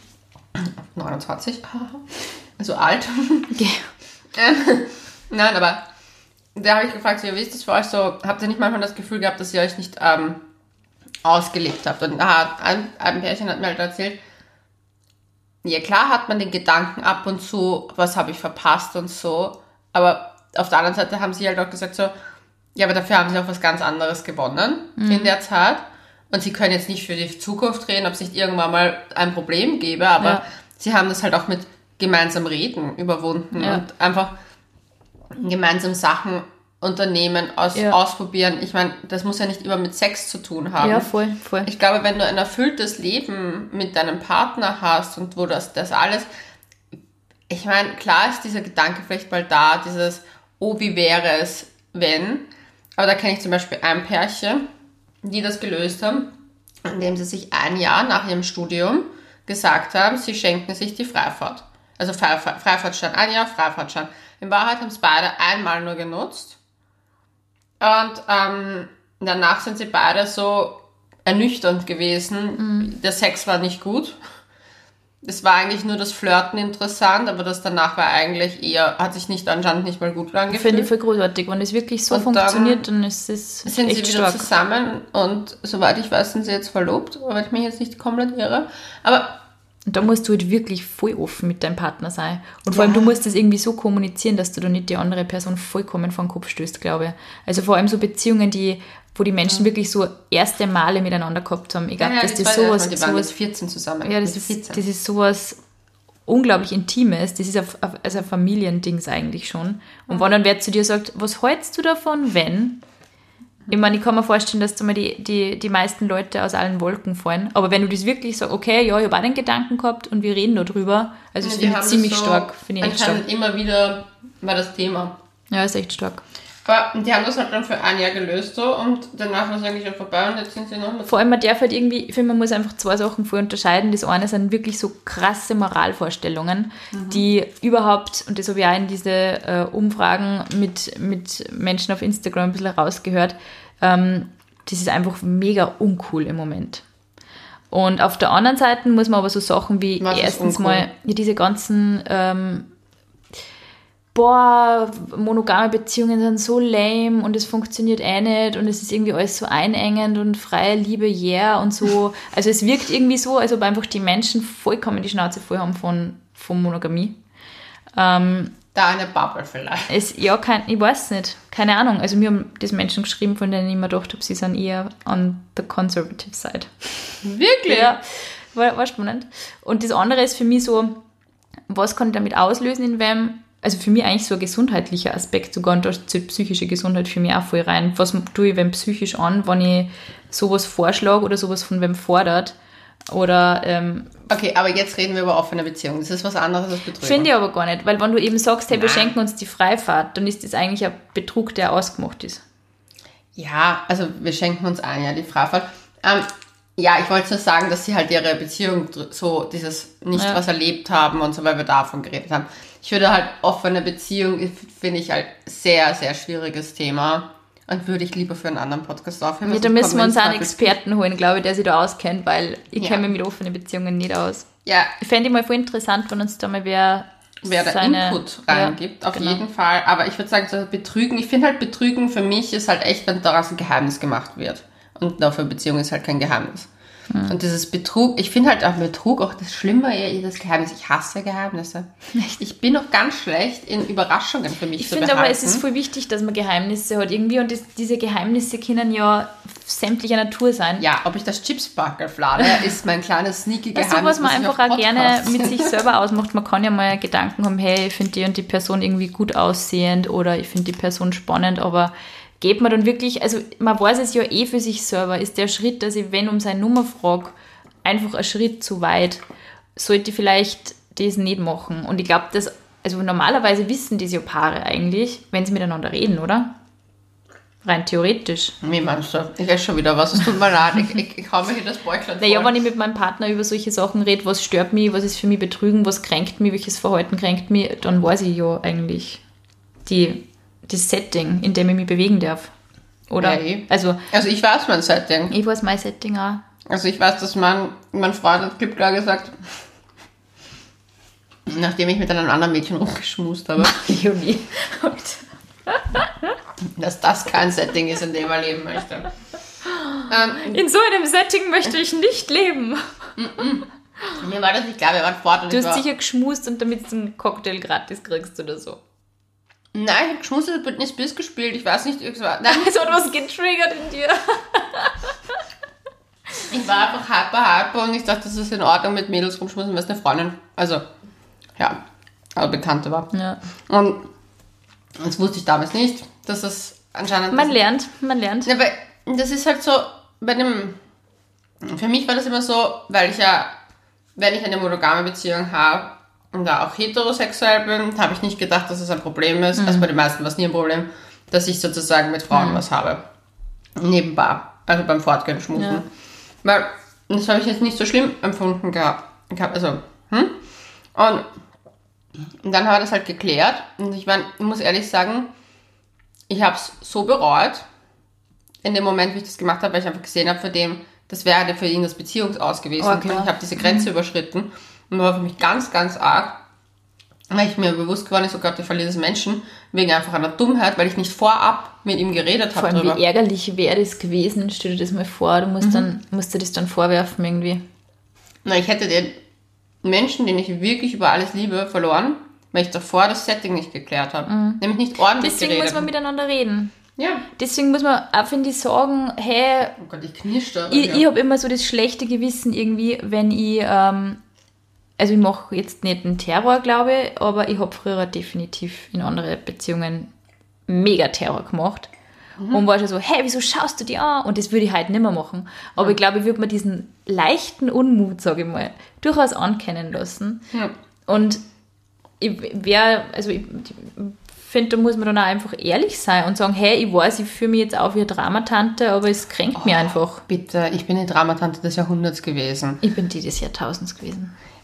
29, so alt. Okay. Nein, aber da habe ich gefragt, so, ja, wie ist das für euch so? Habt ihr nicht manchmal das Gefühl gehabt, dass ihr euch nicht ausgelebt habt? Und ein Pärchen hat mir halt erzählt, ja klar hat man den Gedanken ab und zu, was habe ich verpasst und so, aber auf der anderen Seite haben sie halt auch gesagt so, ja, aber dafür haben sie auch was ganz anderes gewonnen in der Zeit. Und sie können jetzt nicht für die Zukunft reden, ob es nicht irgendwann mal ein Problem gäbe, aber sie haben das halt auch mit gemeinsam reden überwunden und einfach gemeinsam Sachen unternehmen, ausprobieren. Ich meine, das muss ja nicht immer mit Sex zu tun haben. Ja, voll. Ich glaube, wenn du ein erfülltes Leben mit deinem Partner hast und wo das alles, ich meine, klar ist dieser Gedanke vielleicht mal da, dieses, oh, wie wäre es, wenn, aber da kenne ich zum Beispiel ein Pärchen, die das gelöst haben, indem sie sich ein Jahr nach ihrem Studium gesagt haben, sie schenken sich die Freifahrt. Also Freifahrtschein, ein Jahr Freifahrtschein. In Wahrheit haben es beide einmal nur genutzt. Und danach sind sie beide so ernüchternd gewesen. Der Sex war nicht gut. Es war eigentlich nur das Flirten interessant, aber das danach war eigentlich hat sich anscheinend nicht mal gut angefühlt. Finde ich voll großartig. Wenn es wirklich so funktioniert, dann ist es sind echt sie wieder stark. Zusammen und soweit ich weiß, sind sie jetzt verlobt, wenn ich mich jetzt nicht komplett irre. Aber und da musst du halt wirklich voll offen mit deinem Partner sein. Und vor allem, du musst das irgendwie so kommunizieren, dass du da nicht die andere Person vollkommen vor den Kopf stößt, glaube ich. Also vor allem so Beziehungen, wo die Menschen wirklich so erste Male miteinander gehabt haben. Ich glaube, dass das sowas... Die waren mit 14 zusammen. Ja, das ist sowas unglaublich Intimes. Das ist ein Familiendings eigentlich schon. Und wenn dann wer zu dir sagt, was hältst du davon, wenn... Ich meine, ich kann mir vorstellen, dass die meisten Leute aus allen Wolken fallen. Aber wenn du das wirklich sagst, okay, ja, ich habe auch den Gedanken gehabt und wir reden darüber, also das finde ich ziemlich stark. Finde ich echt stark. Immer wieder war das Thema. Ja, ist echt stark. Aber die haben das halt dann für ein Jahr gelöst so und danach war es eigentlich schon vorbei und jetzt sind sie noch mit. Vor allem, man darf halt irgendwie, ich finde, man muss einfach zwei Sachen voll unterscheiden. Das eine sind wirklich so krasse Moralvorstellungen, die überhaupt, und das habe ich auch in diese Umfragen mit Menschen auf Instagram ein bisschen rausgehört, das ist einfach mega uncool im Moment. Und auf der anderen Seite muss man aber so Sachen wie erstens mal diese ganzen monogame Beziehungen sind so lame und es funktioniert nicht und es ist irgendwie alles so einengend und freie Liebe, und so. Also es wirkt irgendwie so, als ob einfach die Menschen vollkommen die Schnauze voll haben von Monogamie. Da eine Bubble vielleicht. Ich weiß nicht. Keine Ahnung. Also mir haben das Menschen geschrieben, von denen ich mir gedacht habe, sie sind eher on the conservative side. Wirklich? Ja, war spannend. Und das andere ist für mich so, was kann ich damit auslösen in wem? Also für mich eigentlich so ein gesundheitlicher Aspekt sogar und da zählt psychische Gesundheit für mich auch voll rein. Was tue ich wem psychisch an, wenn ich sowas vorschlage oder sowas von wem fordert? Oder, okay, aber jetzt reden wir über offene Beziehungen. Das ist was anderes als Betrug. Finde ich aber gar nicht, weil wenn du eben sagst, hey, wir schenken uns die Freifahrt, dann ist das eigentlich ein Betrug, der ausgemacht ist. Ja, also wir schenken uns ein, ja, die Freifahrt. Ja, ich wollte nur sagen, dass sie halt ihre Beziehung so dieses nicht was erlebt haben und so, weil wir davon geredet haben. Ich würde halt offene Beziehung, finde ich halt sehr, sehr schwieriges Thema und würde ich lieber für einen anderen Podcast aufhören. Ja, da müssen wir uns einen Experten holen, glaube ich, der sich da auskennt, weil ich kenne mich mit offenen Beziehungen nicht aus. Ja. Ich fände mal voll interessant, wenn uns da mal wer da Input reingibt, auf jeden Fall. Aber ich würde sagen, so Betrügen, ich finde halt Betrügen für mich ist halt echt, wenn daraus ein Geheimnis gemacht wird. Und eine offene Beziehung ist halt kein Geheimnis. Und dieses Betrug, ich finde halt auch Betrug auch das Schlimme, das Geheimnis. Ich hasse Geheimnisse. Ich bin auch ganz schlecht in Überraschungen für mich zu behalten. Ich finde aber, es ist voll wichtig, dass man Geheimnisse hat irgendwie und diese Geheimnisse können ja sämtlicher Natur sein. Ja, ob ich das Chipsbackel flade, ist mein kleines sneaky Geheimnis. Weißt du, was man einfach auch gerne mit sich selber ausmacht? Man kann ja mal Gedanken haben, hey, ich finde die und die Person irgendwie gut aussehend oder ich finde die Person spannend, aber geht man dann wirklich, also man weiß es ja für sich selber, ist der Schritt, dass ich, wenn um seine Nummer frage, einfach ein Schritt zu weit, sollte ich vielleicht das nicht machen. Und ich glaube, also normalerweise wissen das ja Paare eigentlich, wenn sie miteinander reden, oder? Rein theoretisch. Wie meinst du? Ich weiß schon wieder was, es tut mir leid, ich hau mir hier das Bäuchlein voll. Naja, wenn ich mit meinem Partner über solche Sachen rede, was stört mich, was ist für mich Betrügen, was kränkt mich, welches Verhalten kränkt mich, dann weiß ich ja eigentlich das Setting, in dem ich mich bewegen darf. Oder? Ja, also ich weiß mein Setting. Ich weiß mein Setting auch. Also ich weiß, dass mein Freund hat klipp klar gesagt, nachdem ich mit einem anderen Mädchen rumgeschmust habe, Juni, dass das kein Setting ist, in dem er leben möchte. In so einem Setting möchte ich nicht leben. Mir war das nicht klar, wir waren fort. Und du hast sicher geschmust und damit du einen Cocktail gratis kriegst oder so. Nein, ich habe geschmustet, Britney Spears gespielt, ich weiß nicht, irgendwas. Nein, es hat was getriggert in dir. Ich war einfach hyper und ich dachte, das ist in Ordnung mit Mädels rumschmusen, weil es eine Freundin, also, ja, aber Bekannte war. Ja. Und das wusste ich damals nicht, dass das anscheinend... Man lernt. Ja, weil das ist halt so, für mich war das immer so, weil ich ja, wenn ich eine monogame Beziehung habe, und da auch heterosexuell bin, habe ich nicht gedacht, dass es ein Problem ist. Also bei den meisten war es nie ein Problem, dass ich sozusagen mit Frauen was habe. Nebenbei. Also beim Fortgehen schmusen. Ja. Weil das habe ich jetzt nicht so schlimm empfunden gehabt. Und dann haben wir das halt geklärt. Und ich muss ehrlich sagen, ich habe es so bereut, in dem Moment, wie ich das gemacht habe, weil ich einfach gesehen habe, das wäre für ihn das Beziehungsaus gewesen. Okay. Und ich habe diese Grenze überschritten. Und war für mich ganz, ganz arg, weil ich mir bewusst geworden ist, oh Gott, ich verliere das Menschen wegen einfach einer Dummheit, weil ich nicht vorab mit ihm geredet habe. Vor allem, wie ärgerlich wäre das gewesen, stell dir das mal vor, du musst dir das dann vorwerfen irgendwie. Na, ich hätte den Menschen, den ich wirklich über alles liebe, verloren, weil ich davor das Setting nicht geklärt habe. Nämlich nicht ordentlich Deswegen geredet. muss man miteinander reden. Ja. Deswegen muss man auch, finde ich, sagen, hey, oh Gott, ich knirsche da. Ich habe immer so das schlechte Gewissen irgendwie, wenn ich... Also ich mache jetzt nicht einen Terror, glaube ich, aber ich habe früher definitiv in andere Beziehungen mega Terror gemacht. Und war schon so, hey, wieso schaust du die an? Und das würde ich halt nicht mehr machen. Aber ich glaube, ich würde mir diesen leichten Unmut, sage ich mal, durchaus ankennen lassen. Ja. Und ich finde, da muss man dann auch einfach ehrlich sein und sagen, hey, ich weiß, ich fühle mich jetzt auf wie eine Dramatante, aber es kränkt mich einfach. Bitte, ich bin die Dramatante des Jahrhunderts gewesen. Ich bin die des Jahrtausends gewesen.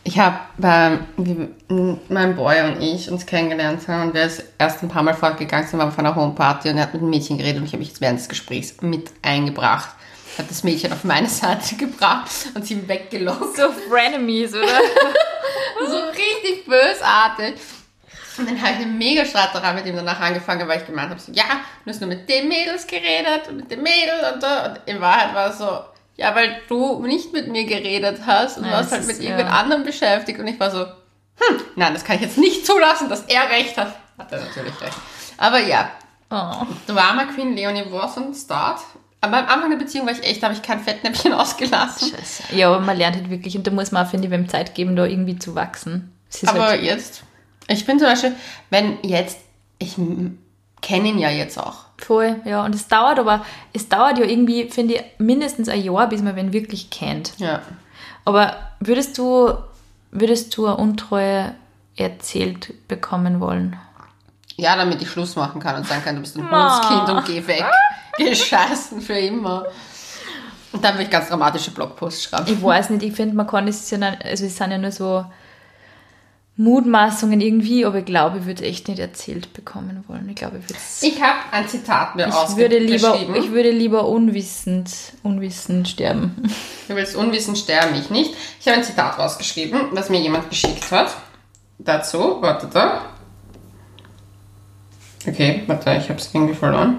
Ich habe, wie mein Boy und ich uns kennengelernt haben und wir erst ein paar Mal fortgegangen sind, waren von einer Homeparty und er hat mit einem Mädchen geredet und ich habe mich jetzt während des Gesprächs mit eingebracht. Hat das Mädchen auf meine Seite gebracht und sie weggelockt. So Frenemies, oder? So richtig bösartig. Und dann habe ich eine mega Streiterei mit ihm danach angefangen, weil ich gemeint habe, so, ja, du hast nur mit den Mädels geredet und mit dem Mädel und so. Und in Wahrheit war es so, ja, weil du nicht mit mir geredet hast und warst halt mit irgendwen anderen beschäftigt. Und ich war so, nein, das kann ich jetzt nicht zulassen, dass er recht hat. Hat er natürlich recht. Aber ja, Drama Queen Leonie war so ein Start. Aber am Anfang der Beziehung habe ich kein Fettnäpfchen ausgelassen. Scheiße. Ja, aber man lernt halt wirklich und da muss man auch, finde ich, beim Zeit geben, da irgendwie zu wachsen. Aber halt jetzt, ich bin zum Beispiel, ich kenne ihn ja jetzt auch. Voll, ja. Und es dauert ja irgendwie, finde ich, mindestens ein Jahr, bis man wen wirklich kennt. Ja. Aber würdest du eine Untreue erzählt bekommen wollen? Ja, damit ich Schluss machen kann und sagen kann, du bist ein Hundskind und geh weg. Geh scheißen für immer. Und dann will ich ganz dramatische Blogposts schreiben. Ich weiß nicht, ich finde, man kann es ja nicht, also es sind ja nur so Mutmaßungen irgendwie, aber ich glaube, ich würde echt nicht erzählt bekommen wollen. Ich glaube, ich habe ein Zitat mir geschrieben. Ich würde lieber unwissend sterben. Du willst unwissend sterben, ich nicht. Ich habe ein Zitat rausgeschrieben, was mir jemand geschickt hat. Dazu, warte da. Okay, warte, ich habe es irgendwie verloren.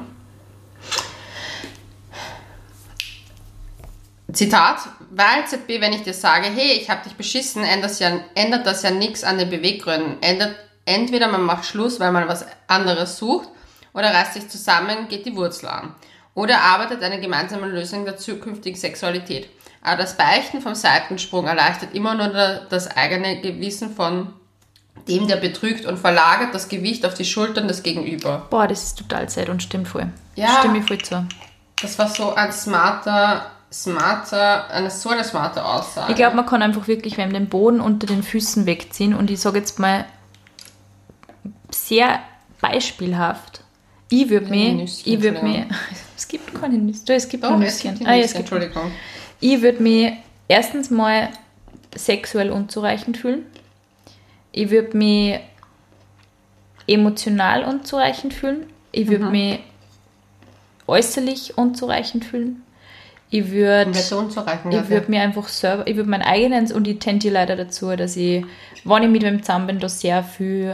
Zitat, weil ZB, wenn ich dir sage, hey, ich habe dich beschissen, ändert das ja nichts an den Beweggründen. Entweder man macht Schluss, weil man was anderes sucht, oder reißt sich zusammen, geht die Wurzel an. Oder arbeitet eine gemeinsame Lösung der zukünftigen Sexualität. Aber das Beichten vom Seitensprung erleichtert immer nur das eigene Gewissen von dem, der betrügt und verlagert das Gewicht auf die Schultern des Gegenüber. Boah, das ist total sad und stimmt voll. Ja, stimme ich voll zu. Das war so eine smarte Aussage. Ich glaube, man kann einfach wirklich den Boden unter den Füßen wegziehen und ich sage jetzt mal sehr beispielhaft, es gibt keine Nüsse, es gibt nur Nüsschen. Entschuldigung. Ich würde mich erstens mal sexuell unzureichend fühlen. Ich würde mich emotional unzureichend fühlen. Ich würde mich äußerlich unzureichend fühlen. Ich würde mir einfach selber, ich würde meinen eigenen, und ich tendiere leider dazu, dass ich, wenn ich mit wem zusammen bin, da sehr viel,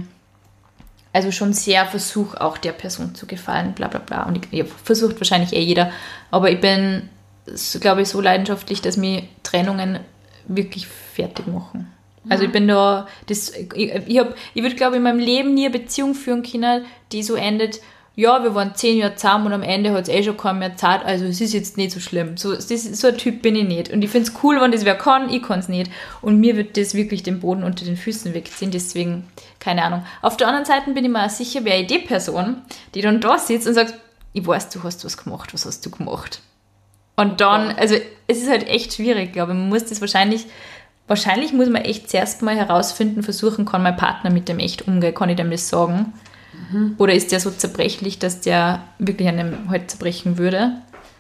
also schon sehr versuche, auch der Person zu gefallen, bla bla bla. Und ich versucht wahrscheinlich jeder, aber ich bin, glaube ich, so leidenschaftlich, dass mich Trennungen wirklich fertig machen. Also ich bin da, ich würde, glaube ich, in meinem Leben nie eine Beziehung führen können, die so endet, ja, wir waren 10 Jahre zusammen und am Ende hat es schon keiner mehr Zeit, also es ist jetzt nicht so schlimm. So ein Typ bin ich nicht. Und ich finde es cool, wenn das wer kann, ich kann es nicht. Und mir wird das wirklich den Boden unter den Füßen wegziehen, deswegen, keine Ahnung. Auf der anderen Seite bin ich mir auch sicher, wäre ich die Person, die dann da sitzt und sagt, ich weiß, du hast was gemacht, was hast du gemacht? Und dann, also es ist halt echt schwierig, glaube ich. Man muss das wahrscheinlich muss man echt zuerst mal herausfinden, versuchen, kann mein Partner mit dem echt umgehen, kann ich dem das sagen? Oder ist der so zerbrechlich, dass der wirklich an dem halt zerbrechen würde?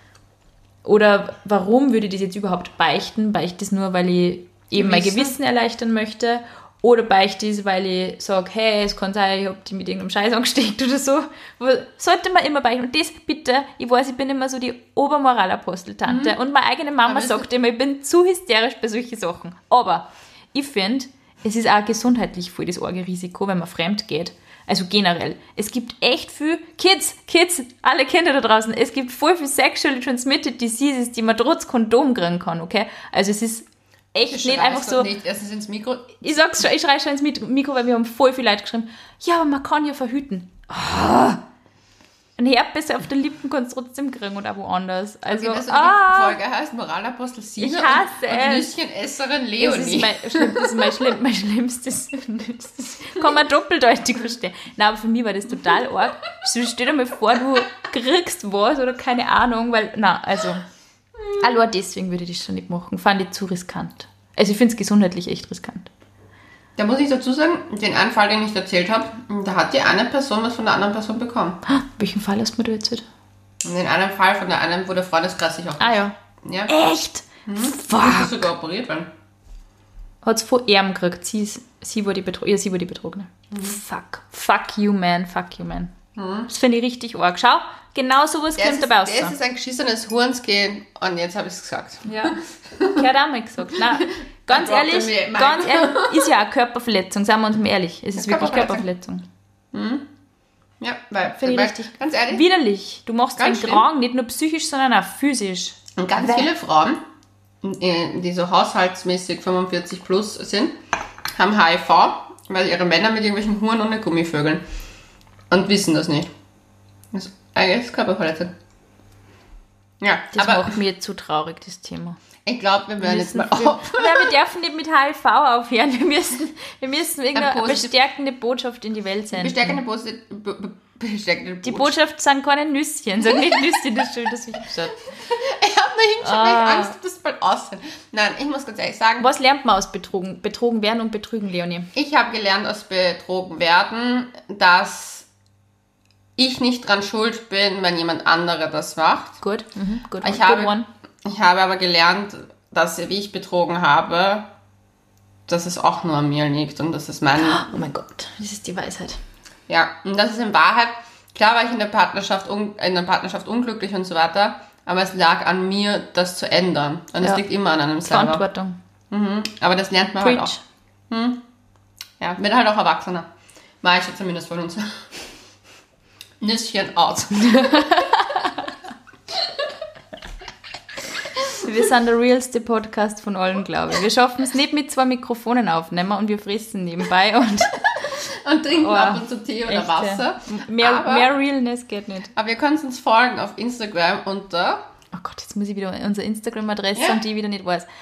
Oder warum würde ich das jetzt überhaupt beichten? Beichte ich das nur, weil ich eben mein Gewissen erleichtern möchte? Oder beichte ich es, weil ich sage, hey, es kann sein, ich habe die mit irgendeinem Scheiß angesteckt oder so. Sollte man immer beichten. Und das bitte, ich weiß, ich bin immer so die Obermoralaposteltante. Und meine eigene Mama sagt immer, ich bin zu hysterisch bei solchen Sachen. Aber ich finde, es ist auch gesundheitlich voll das Orge-Risiko, wenn man fremd geht. Also generell. Es gibt echt viel Kids, alle Kinder da draußen, es gibt voll viel sexually transmitted diseases, die man trotz Kondom kriegen kann, okay? Also es ist echt nicht einfach so... Nicht erstens ins Mikro. Ich sag's schon, ich schreie schon ins Mikro, weil wir haben voll viel Leute geschrieben, ja, aber man kann ja verhüten. Oh. Ein Herpes auf der Lippen kannst du trotzdem kriegen und auch woanders. Also, okay, die Folge heißt Moralapostel Sina ich hasse und Nüsschenesserin Leonie. Das ist mein Schlimmstes. Das kann man doppeldeutig verstehen. Nein, aber für mich war das total arg. Stell dir mal vor, du kriegst was oder keine Ahnung, weil, allein deswegen würde ich das schon nicht machen. Fand ich zu riskant. Also ich finde es gesundheitlich echt riskant. Da muss ich dazu sagen, den einen Fall, den ich erzählt habe, da hat die eine Person was von der anderen Person bekommen. Welchen Fall hast du mir erzählt? Den anderen Fall von der anderen, wo der Freundeskreis sich auch... Ah ja. Ja. Echt? Fuck. Das sogar operiert werden. hat es von ihm gekriegt. Sie war die Betrogene. Fuck you, man. Das finde ich richtig arg. Schau, genau sowas kommt dabei raus. Das ist ein geschissenes Hurensgehen und jetzt habe ich es gesagt. Ja, gehört auch mal gesagt. Nein, ganz ehrlich, ist ja eine Körperverletzung, seien wir uns mal ehrlich. Es ist wirklich Körperverletzung. Ja, weil richtig ganz ehrlich, widerlich. Du machst den Drang, nicht nur psychisch, sondern auch physisch. Und ganz viele Frauen, die so haushaltsmäßig 45 plus sind, haben HIV, weil ihre Männer mit irgendwelchen Huren und Gummivögeln und wissen das nicht. Das ist eigentlich Körperverletzung. Ja, das aber macht mir zu traurig, das Thema. ich glaube, wir werden jetzt mal Nein, wir dürfen nicht mit HIV aufhören. Wir müssen irgendeine bestärkende Botschaft in die Welt senden. bestärkende Die Botschaft sind keine Nüsschen. Sag nicht Nüsschen, das ist schön, dass ich gesagt. Ich habe nur hingeschaut, weil ich Angst, dass es bald aussehen. Nein, ich muss ganz ehrlich sagen. Was lernt man aus Betrogen? Betrogen werden und betrügen, Leonie? Ich habe gelernt aus Betrogen werden, dass ich nicht dran schuld bin, wenn jemand anderer das macht. Gut. Good Ich habe aber gelernt, dass, wie ich betrogen habe, dass es auch nur an mir liegt und dass es mein... Oh mein Gott, das ist die Weisheit. Ja, und das ist in Wahrheit, klar war ich in der Partnerschaft unglücklich und so weiter, aber es lag an mir, das zu ändern. Und es liegt immer an einem selber. Verantwortung. Aber das lernt man halt auch. Ja, wird halt auch Erwachsener. War ich ja zumindest von uns. Nüsschen out. Wir sind der realste Podcast von allen, glaube ich. Wir schaffen es nicht mit 2 Mikrofonen aufnehmen und wir fressen nebenbei und trinken ab und zu Tee oder Wasser. Mehr Realness geht nicht. Aber ihr könnt uns folgen auf Instagram unter... Oh Gott, jetzt muss ich wieder unsere Instagram-Adresse und die wieder nicht weiß.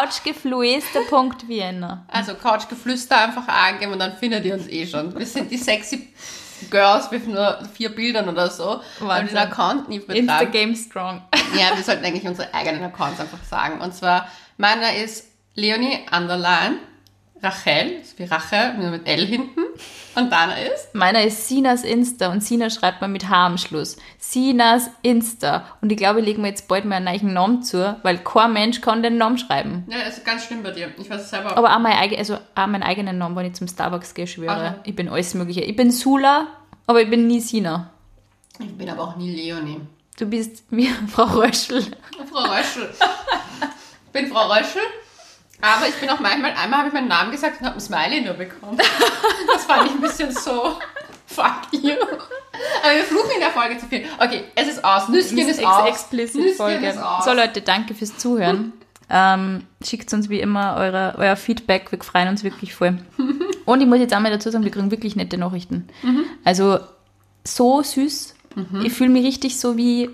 couchgeflüster.vienna. Also Couchgeflüster einfach eingeben und dann findet ihr uns eh schon. Wir sind die sexy Girls mit nur 4 Bildern oder so. Weil wir den Account nie betreiben. Instagame strong. Ja, wir sollten eigentlich unsere eigenen Accounts einfach sagen. Und zwar, meiner ist Leonie _ Rachel, ist wie Rache, nur mit L hinten. Und deiner ist? Meiner ist Sinas Insta und Sina schreibt man mit H am Schluss. Sinas Insta. Und ich glaube, ich lege mir jetzt bald mal einen neuen Namen zu, weil kein Mensch kann den Namen schreiben. Ja, das ist ganz schlimm bei dir. Ich weiß es selber. Aber auch meinen eigenen Namen, wenn ich zum Starbucks gehe, schwöre. Okay. Ich bin alles Mögliche. Ich bin Sula, aber ich bin nie Sina. Ich bin aber auch nie Leonie. Du bist wie Frau Röschel. Frau Röschel. Ich bin Frau Röschel. Aber ich bin auch einmal habe ich meinen Namen gesagt und habe ein Smiley nur bekommen. Das fand ich ein bisschen so, fuck you. Aber wir fluchen in der Folge zu viel. Okay, es ist aus. Nüsschen ist aus. Explicit Folge. So Leute, danke fürs Zuhören. Schickt uns wie immer euer Feedback. Wir freuen uns wirklich voll. Und ich muss jetzt auch mal dazu sagen, wir kriegen wirklich nette Nachrichten. Also so süß. Ich fühle mich richtig so wie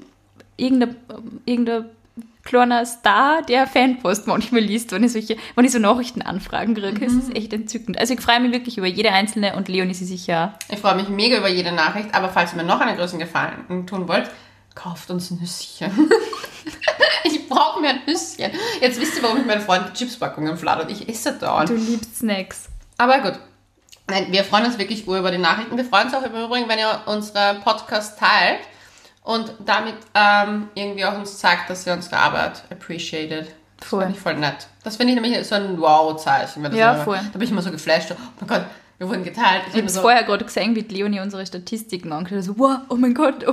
irgendein kleiner Star, der Fanpost manchmal liest, wenn ich so Nachrichtenanfragen kriege. Es ist echt entzückend. Also ich freue mich wirklich über jede einzelne und Leonie sie sicher. Ich freue mich mega über jede Nachricht, aber falls ihr mir noch einen größeren Gefallen tun wollt, kauft uns Nüsschen. Ich brauche mehr Nüsschen. Jetzt wisst ihr, warum ich meinen Freund Chipspackungen fladert. Ich esse dauernd. Du liebst Snacks. Aber gut. Nein, wir freuen uns wirklich über die Nachrichten. Wir freuen uns auch im Übrigen, wenn ihr unsere Podcast teilt und damit irgendwie auch uns zeigt, dass ihr unsere Arbeit appreciated. Das finde ich voll nett. Das finde ich nämlich so ein Wow-Zeichen. Ja, voll. Da bin ich immer so geflasht. Oh mein Gott, wir wurden geteilt. Ich habe es vorher gerade gesehen, wie Leonie unsere Statistiken angeschaut. So, wow, oh mein Gott.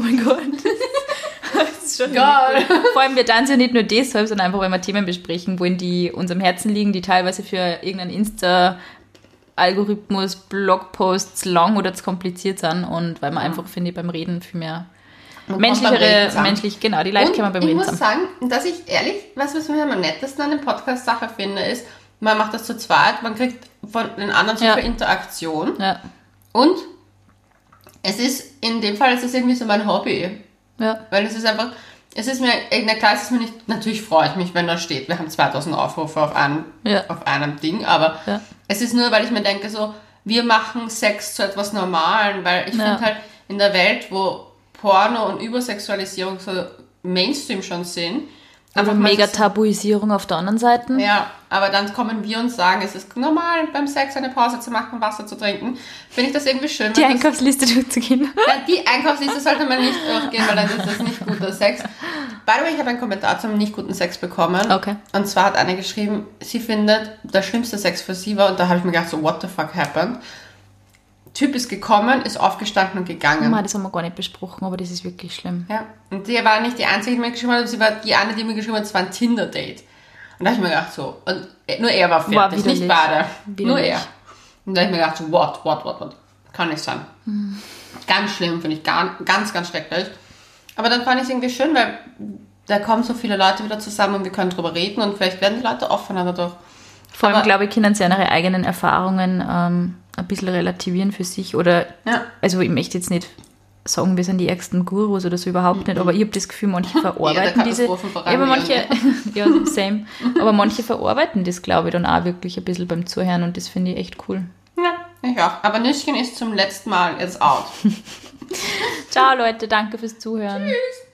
Das ist schon geil. Cool. Vor allem, wir tanzen ja nicht nur deshalb, sondern einfach, wenn wir Themen besprechen wollen, die uns am Herzen liegen, die teilweise für irgendeinen Insta-Algorithmus, Blogposts lang oder zu kompliziert sind und weil man einfach, finde ich, beim Reden viel mehr die Leute kommen beim Reden zusammen. Ich muss sagen, dass ich ehrlich, was mir am nettesten an der Podcast-Sache finde, ist, man macht das zu zweit, man kriegt von den anderen so viel Interaktion. Ja. Und es ist, in dem Fall, es ist irgendwie so mein Hobby. Ja. Weil es ist einfach, es ist mir nicht, natürlich freue ich mich, wenn da steht, wir haben 2000 Aufrufe auf einem Ding, aber es ist nur, weil ich mir denke, so, wir machen Sex zu etwas Normalen, weil ich finde halt, in der Welt, wo Porno und Übersexualisierung so Mainstream schon sind, Aber mega Tabuisierung auf der anderen Seite. Ja, aber dann kommen wir und sagen, es ist normal, beim Sex eine Pause zu machen, Wasser zu trinken. Finde ich das irgendwie schön. Die Einkaufsliste durchzugehen. Ja, die Einkaufsliste sollte man nicht durchgehen, weil dann ist das nicht guter Sex. By the way, ich habe einen Kommentar zum nicht guten Sex bekommen. Okay. Und zwar hat eine geschrieben, sie findet, der schlimmste Sex für sie war, und da habe ich mir gedacht, so, what the fuck happened? Typ ist gekommen, ist aufgestanden und gegangen. Das haben wir gar nicht besprochen, aber das ist wirklich schlimm. Ja, und die war nicht die einzige, die mir geschrieben hat, aber sie war die eine, die mir geschrieben hat, es war ein Tinder-Date. Und da habe ich mir gedacht, so, und nur er war fertig, nicht beide. Nur er. Und da habe ich mir gedacht, so, what? Kann nicht sein. Ganz schlimm, finde ich, ganz, ganz schrecklich. Aber dann fand ich es irgendwie schön, weil da kommen so viele Leute wieder zusammen und wir können drüber reden und vielleicht werden die Leute offener dadurch. Vor allem, glaube ich, können sie ihre eigenen Erfahrungen ein bisschen relativieren für sich. Oder, also ich möchte jetzt nicht sagen, wir sind die ärgsten Gurus oder so, überhaupt nicht, aber ich habe das Gefühl, manche verarbeiten diese... Aber manche, ja, same. Aber manche verarbeiten das, glaube ich, dann auch wirklich ein bisschen beim Zuhören und das finde ich echt cool. Ja, ich auch. Aber Nüsschen ist zum letzten Mal jetzt out. Ciao, Leute, danke fürs Zuhören. Tschüss.